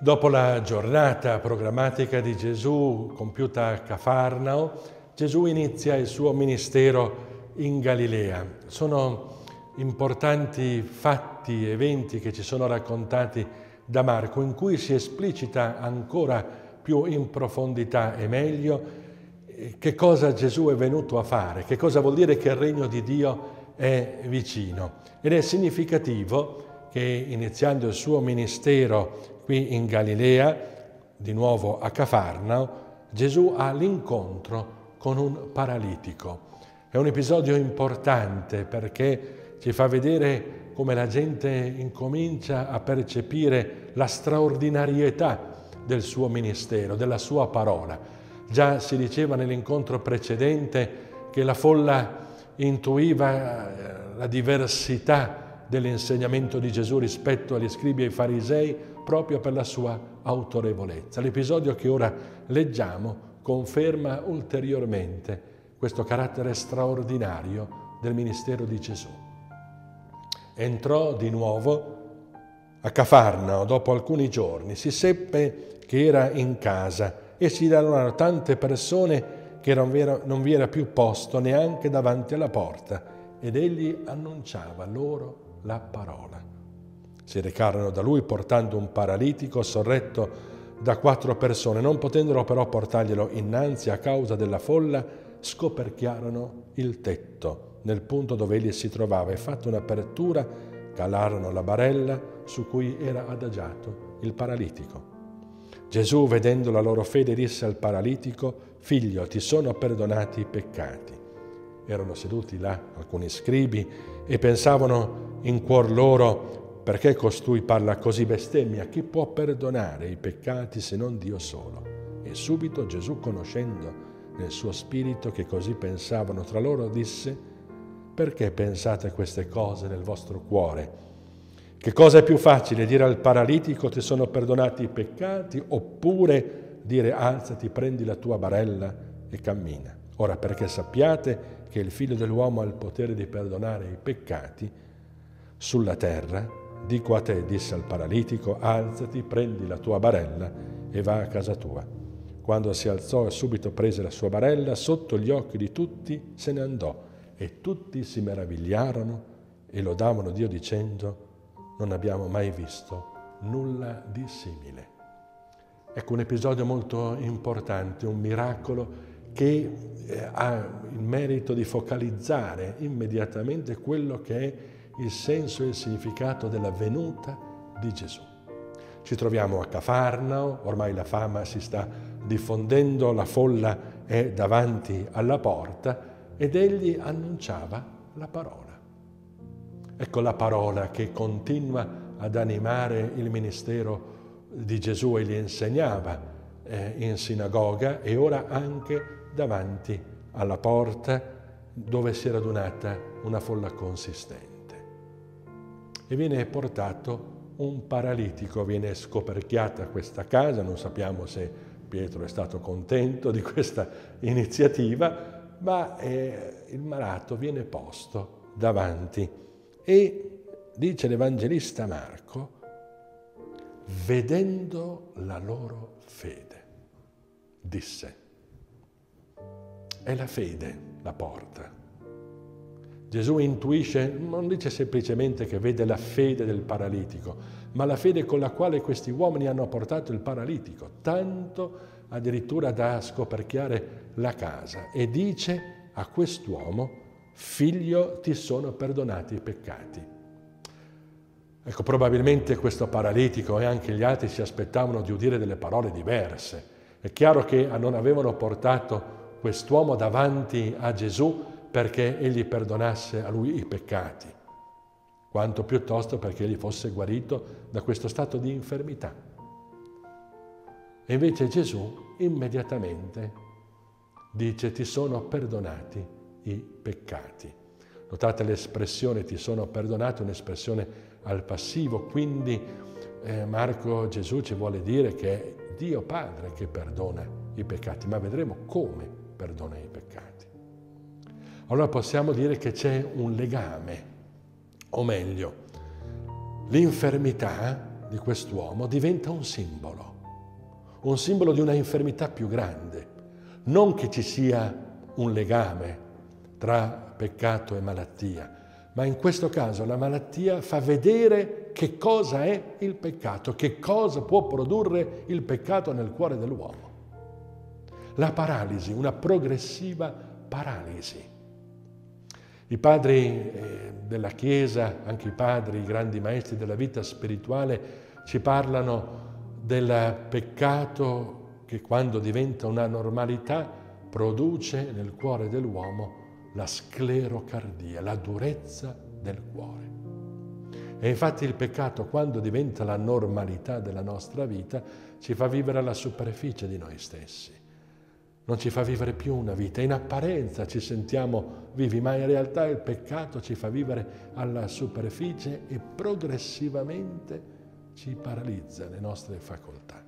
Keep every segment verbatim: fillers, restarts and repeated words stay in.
Dopo la giornata programmatica di Gesù compiuta a Cafarnao, Gesù inizia il suo ministero in Galilea. Sono importanti fatti, eventi che ci sono raccontati da Marco, in cui si esplicita ancora più in profondità e meglio che cosa Gesù è venuto a fare, che cosa vuol dire che il regno di Dio è vicino. Ed è significativo che iniziando il suo ministero qui in Galilea, di nuovo a Cafarnao, Gesù ha l'incontro con un paralitico. È un episodio importante perché ci fa vedere come la gente incomincia a percepire la straordinarietà del suo ministero, della sua parola. Già si diceva nell'incontro precedente che la folla intuiva la diversità dell'insegnamento di Gesù rispetto agli scribi e ai farisei proprio per la sua autorevolezza. L'episodio che ora leggiamo conferma ulteriormente questo carattere straordinario del ministero di Gesù. Entrò di nuovo a Cafarnao dopo alcuni giorni, si seppe che era in casa e si radunano tante persone che non vi era, non vi era più posto neanche davanti alla porta, ed egli annunciava loro la parola. Si recarono da lui portando un paralitico sorretto da quattro persone. Non potendolo però portarglielo innanzi a causa della folla, scoperchiarono il tetto nel punto dove egli si trovava e fatta un'apertura calarono la barella su cui era adagiato il paralitico. Gesù, vedendo la loro fede, disse al paralitico: «Figlio, ti sono perdonati i peccati». Erano seduti là alcuni scribi e pensavano in cuor loro: perché costui parla così, bestemmia? Chi può perdonare i peccati se non Dio solo? E subito Gesù, conoscendo nel suo spirito che così pensavano tra loro, disse: perché pensate queste cose nel vostro cuore? Che cosa è più facile, dire al paralitico ti sono perdonati i peccati, oppure dire alzati, prendi la tua barella e cammina? Ora, perché sappiate che il Figlio dell'uomo ha il potere di perdonare i peccati sulla terra, dico a te, disse al paralitico, alzati, prendi la tua barella e va a casa tua. Quando si alzò e subito prese la sua barella, sotto gli occhi di tutti se ne andò, e tutti si meravigliarono e lodavano Dio dicendo: non abbiamo mai visto nulla di simile. Ecco un episodio molto importante, un miracolo che eh, ha il merito di focalizzare immediatamente quello che è il senso e il significato della venuta di Gesù. Ci troviamo a Cafarnao, ormai la fama si sta diffondendo, la folla è davanti alla porta ed egli annunciava la parola. Ecco la parola che continua ad animare il ministero di Gesù e gli insegnava eh, in sinagoga e ora anche davanti alla porta dove si è radunata una folla consistente. E viene portato un paralitico, viene scoperchiata questa casa, non sappiamo se Pietro è stato contento di questa iniziativa, ma eh, il malato viene posto davanti e, dice l'Evangelista Marco, vedendo la loro fede, disse. È la fede la porta. Gesù intuisce, non dice semplicemente che vede la fede del paralitico, ma la fede con la quale questi uomini hanno portato il paralitico, tanto addirittura da scoperchiare la casa, e dice a quest'uomo: figlio, ti sono perdonati i peccati. Ecco, probabilmente questo paralitico e anche gli altri si aspettavano di udire delle parole diverse. È chiaro che non avevano portato quest'uomo davanti a Gesù perché egli perdonasse a lui i peccati, quanto piuttosto perché egli fosse guarito da questo stato di infermità. E invece Gesù immediatamente dice: ti sono perdonati i peccati. Notate l'espressione ti sono perdonati, un'espressione al passivo, quindi eh, Marco, Gesù ci vuole dire che è Dio Padre che perdona i peccati, ma vedremo come perdona i peccati. Allora possiamo dire che c'è un legame, o meglio, l'infermità di quest'uomo diventa un simbolo, un simbolo di una infermità più grande. Non che ci sia un legame tra peccato e malattia, ma in questo caso la malattia fa vedere che cosa è il peccato, che cosa può produrre il peccato nel cuore dell'uomo. La paralisi, una progressiva paralisi. I padri della Chiesa, anche i padri, i grandi maestri della vita spirituale, ci parlano del peccato che quando diventa una normalità produce nel cuore dell'uomo la sclerocardia, la durezza del cuore. E infatti il peccato, quando diventa la normalità della nostra vita, ci fa vivere alla superficie di noi stessi. Non ci fa vivere più una vita. In apparenza ci sentiamo vivi, ma in realtà il peccato ci fa vivere alla superficie e progressivamente ci paralizza le nostre facoltà.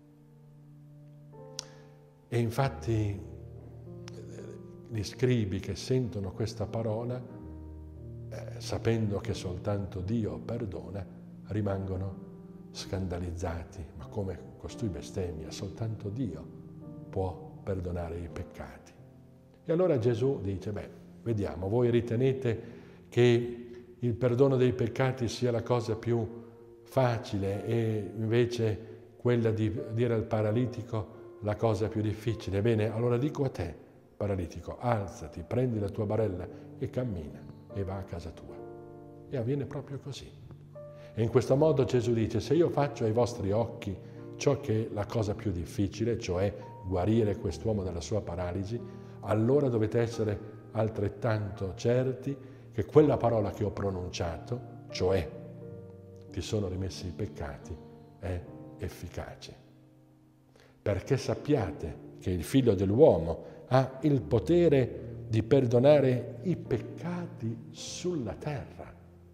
E infatti gli scribi che sentono questa parola, eh, sapendo che soltanto Dio perdona, rimangono scandalizzati. Ma come costui bestemmia? Soltanto Dio può perdonare i peccati. E allora Gesù dice, beh, vediamo, voi ritenete che il perdono dei peccati sia la cosa più facile e invece quella di dire al paralitico la cosa più difficile. Bene, allora dico a te, paralitico, alzati, prendi la tua barella e cammina e va a casa tua. E avviene proprio così. E in questo modo Gesù dice, se io faccio ai vostri occhi ciò che è la cosa più difficile, cioè guarire quest'uomo dalla sua paralisi, allora dovete essere altrettanto certi che quella parola che ho pronunciato, cioè ti sono rimessi i peccati, è efficace. Perché sappiate che il Figlio dell'uomo ha il potere di perdonare i peccati sulla terra.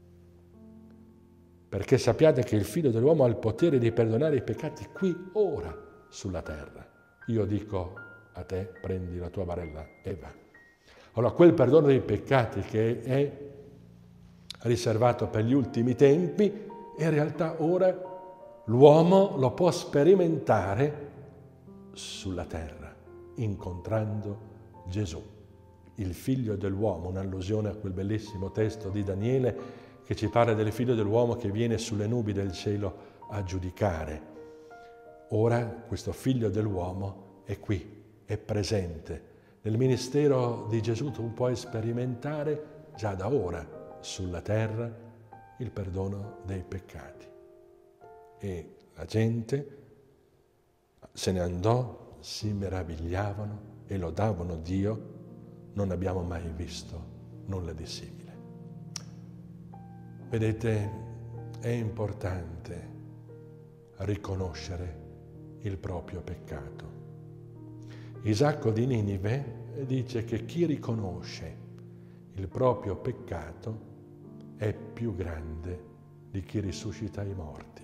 Perché sappiate che il Figlio dell'uomo ha il potere di perdonare i peccati qui, ora, sulla terra. Io dico a te, prendi la tua barella e va. Allora, quel perdono dei peccati che è riservato per gli ultimi tempi, in realtà ora l'uomo lo può sperimentare sulla terra, incontrando Gesù, il Figlio dell'uomo, un'allusione a quel bellissimo testo di Daniele che ci parla del Figlio dell'uomo che viene sulle nubi del cielo a giudicare. Ora questo Figlio dell'uomo è qui, è presente. Nel ministero di Gesù tu puoi sperimentare già da ora sulla terra il perdono dei peccati. E la gente se ne andò, si meravigliavano e lodavano Dio, non abbiamo mai visto nulla di simile. Vedete, è importante riconoscere il proprio peccato. Isacco di Ninive dice che chi riconosce il proprio peccato è più grande di chi risuscita i morti.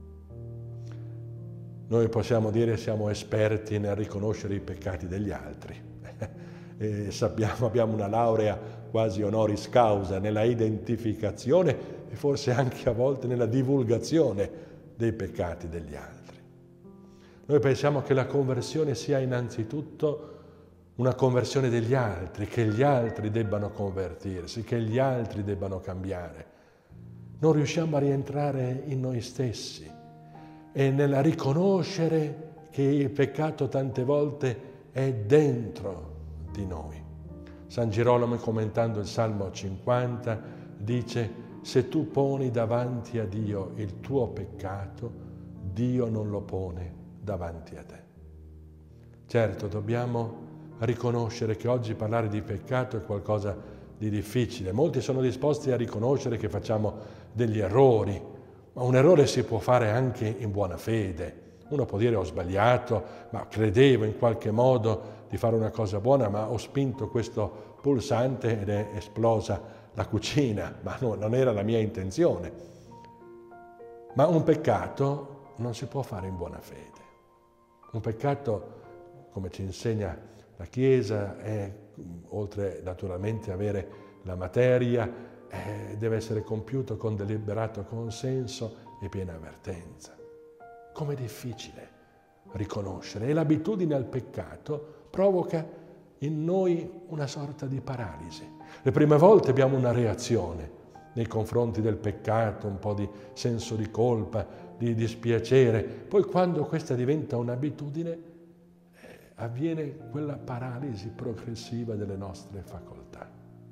Noi possiamo dire che siamo esperti nel riconoscere i peccati degli altri. E sappiamo, abbiamo una laurea quasi honoris causa nella identificazione e forse anche a volte nella divulgazione dei peccati degli altri. Noi pensiamo che la conversione sia innanzitutto una conversione degli altri, che gli altri debbano convertirsi, che gli altri debbano cambiare. Non riusciamo a rientrare in noi stessi e nel riconoscere che il peccato tante volte è dentro di noi. San Girolamo, commentando il Salmo cinquanta, dice: se tu poni davanti a Dio il tuo peccato, Dio non lo pone davanti a te. Certo, dobbiamo riconoscere che oggi parlare di peccato è qualcosa di difficile. Molti sono disposti a riconoscere che facciamo degli errori, ma un errore si può fare anche in buona fede. Uno può dire: ho sbagliato, ma credevo in qualche modo di fare una cosa buona, ma ho spinto questo pulsante ed è esplosa la cucina, ma no, non era la mia intenzione. Ma un peccato non si può fare in buona fede. Un peccato, come ci insegna la Chiesa, è, oltre naturalmente avere la materia, è, deve essere compiuto con deliberato consenso e piena avvertenza. Com'è difficile riconoscere, e l'abitudine al peccato provoca in noi una sorta di paralisi. Le prime volte abbiamo una reazione nei confronti del peccato, un po' di senso di colpa, di dispiacere. Poi quando questa diventa un'abitudine, eh, avviene quella paralisi progressiva delle nostre facoltà.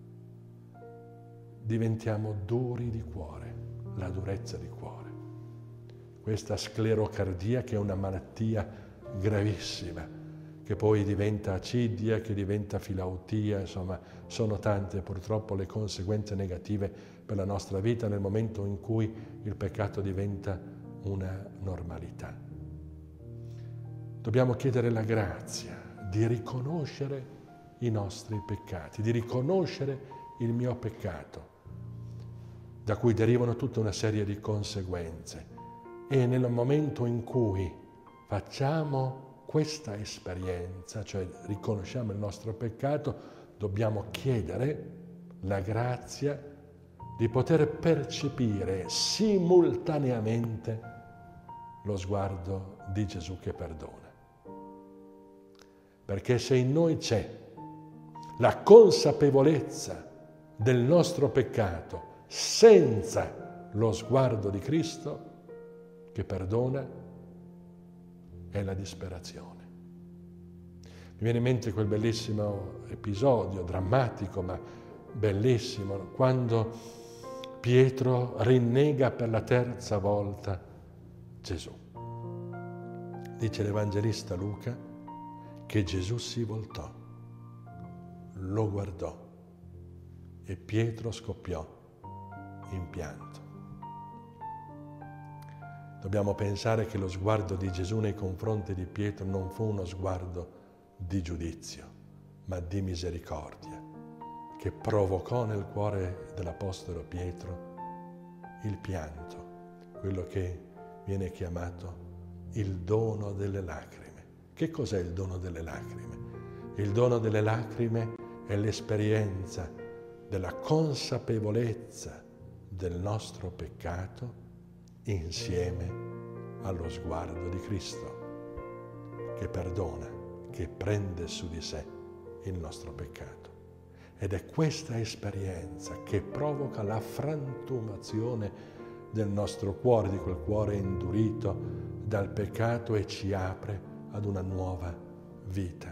Diventiamo duri di cuore, la durezza di cuore. Questa sclerocardia che è una malattia gravissima, che poi diventa acidia, che diventa filautia, insomma, sono tante purtroppo le conseguenze negative per la nostra vita nel momento in cui il peccato diventa una normalità. Dobbiamo chiedere la grazia di riconoscere i nostri peccati, di riconoscere il mio peccato, da cui derivano tutta una serie di conseguenze. E nel momento in cui facciamo questa esperienza, cioè riconosciamo il nostro peccato, dobbiamo chiedere la grazia di poter percepire simultaneamente lo sguardo di Gesù che perdona. Perché se in noi c'è la consapevolezza del nostro peccato senza lo sguardo di Cristo che perdona, è la disperazione. Mi viene in mente quel bellissimo episodio, drammatico ma bellissimo, quando Pietro rinnega per la terza volta Gesù. Dice l'Evangelista Luca che Gesù si voltò, lo guardò e Pietro scoppiò in pianto. Dobbiamo pensare che lo sguardo di Gesù nei confronti di Pietro non fu uno sguardo di giudizio, ma di misericordia, che provocò nel cuore dell'Apostolo Pietro il pianto, quello che viene chiamato il dono delle lacrime. Che cos'è il dono delle lacrime? Il dono delle lacrime è l'esperienza della consapevolezza del nostro peccato insieme allo sguardo di Cristo, che perdona, che prende su di sé il nostro peccato. Ed è questa esperienza che provoca la frantumazione del nostro cuore, di quel cuore indurito dal peccato, e ci apre ad una nuova vita.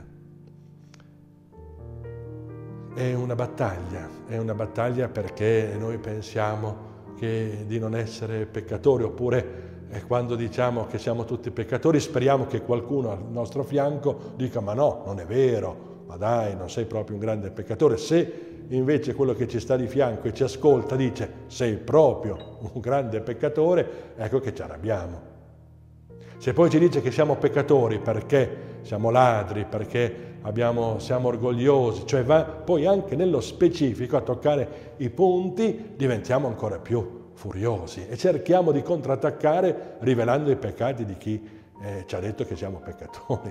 È una battaglia, è una battaglia perché noi pensiamo che di non essere peccatori, oppure eh, quando diciamo che siamo tutti peccatori speriamo che qualcuno al nostro fianco dica ma no, non è vero, ma dai, non sei proprio un grande peccatore. Se invece quello che ci sta di fianco e ci ascolta dice sei proprio un grande peccatore, ecco che ci arrabbiamo. Se poi ci dice che siamo peccatori perché siamo ladri, perché abbiamo, siamo orgogliosi, cioè va poi anche nello specifico a toccare i punti, diventiamo ancora più furiosi e cerchiamo di contrattaccare rivelando i peccati di chi eh, ci ha detto che siamo peccatori.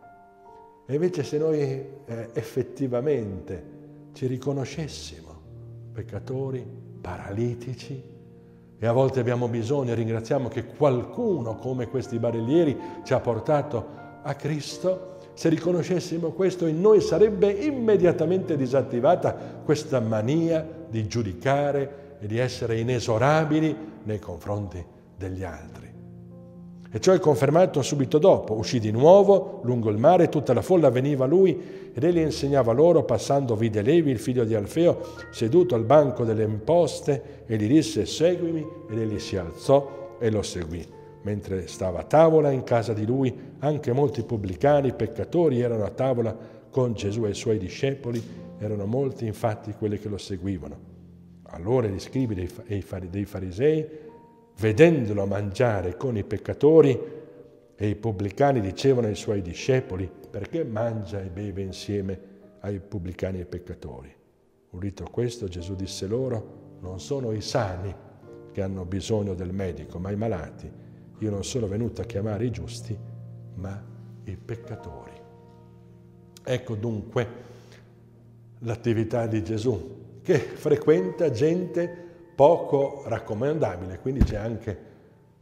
E invece se noi eh, effettivamente ci riconoscessimo peccatori, paralitici, e a volte abbiamo bisogno, e ringraziamo che qualcuno come questi barellieri ci ha portato a Cristo, se riconoscessimo questo in noi sarebbe immediatamente disattivata questa mania di giudicare e di essere inesorabili nei confronti degli altri. E ciò è confermato subito dopo. Uscì di nuovo lungo il mare, tutta la folla veniva a lui ed egli insegnava loro. Passando vide Levi, il figlio di Alfeo, seduto al banco delle imposte, e gli disse seguimi, ed egli si alzò e lo seguì. Mentre stava a tavola in casa di lui, anche molti pubblicani, peccatori, erano a tavola con Gesù e i suoi discepoli. Erano molti infatti quelli che lo seguivano. Allora gli scribi dei farisei, vedendolo mangiare con i peccatori e i pubblicani, dicevano ai suoi discepoli: perché mangia e beve insieme ai pubblicani e ai peccatori? Udito questo, Gesù disse loro: non sono i sani che hanno bisogno del medico, ma i malati. Io non sono venuto a chiamare i giusti, ma i peccatori. Ecco dunque l'attività di Gesù, che frequenta gente poco raccomandabile, quindi c'è anche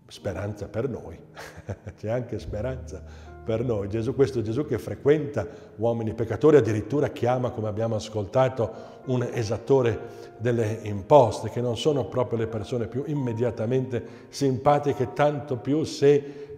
speranza per noi, c'è anche speranza per noi. Gesù, questo Gesù che frequenta uomini peccatori, addirittura chiama, come abbiamo ascoltato, un esattore delle imposte, che non sono proprio le persone più immediatamente simpatiche, tanto più se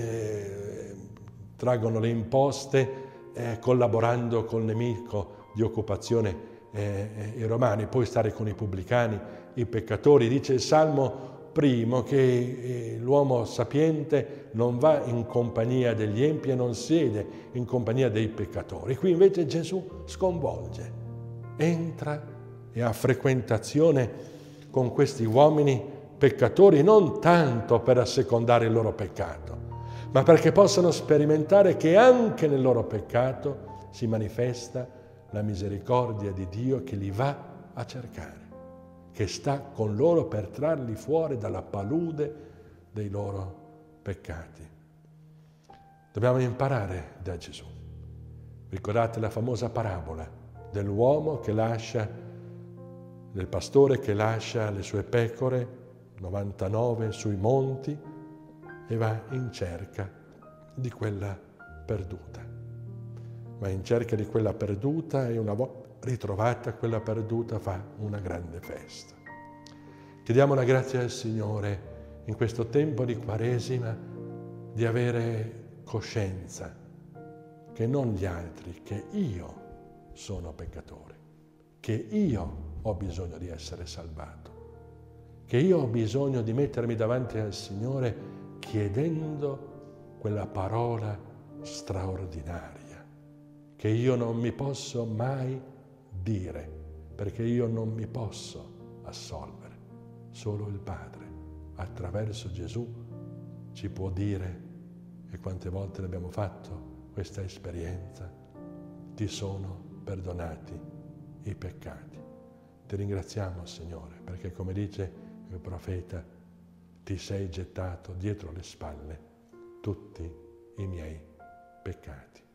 eh, traggono le imposte eh, collaborando col nemico di occupazione eh, i romani. Poi stare con i pubblicani, i peccatori. Dice il Salmo primo che l'uomo sapiente non va in compagnia degli empi e non siede in compagnia dei peccatori. Qui invece Gesù sconvolge, entra e ha frequentazione con questi uomini peccatori non tanto per assecondare il loro peccato, ma perché possano sperimentare che anche nel loro peccato si manifesta la misericordia di Dio che li va a cercare, che sta con loro per trarli fuori dalla palude dei loro peccati. Dobbiamo imparare da Gesù. Ricordate la famosa parabola dell'uomo che lascia, del pastore che lascia le sue pecore, novantanove sui monti, e va in cerca di quella perduta. Va in cerca di quella perduta e una volta ritrovata quella perduta fa una grande festa. Chiediamo la grazia al Signore in questo tempo di Quaresima di avere coscienza che non gli altri, che io sono peccatore, che io ho bisogno di essere salvato, che io ho bisogno di mettermi davanti al Signore chiedendo quella parola straordinaria che io non mi posso mai dire, perché io non mi posso assolvere. Solo il Padre, attraverso Gesù, ci può dire, e quante volte l'abbiamo fatto questa esperienza, ti sono perdonati i peccati. Ti ringraziamo, Signore, perché come dice il profeta, ti sei gettato dietro le spalle tutti i miei peccati.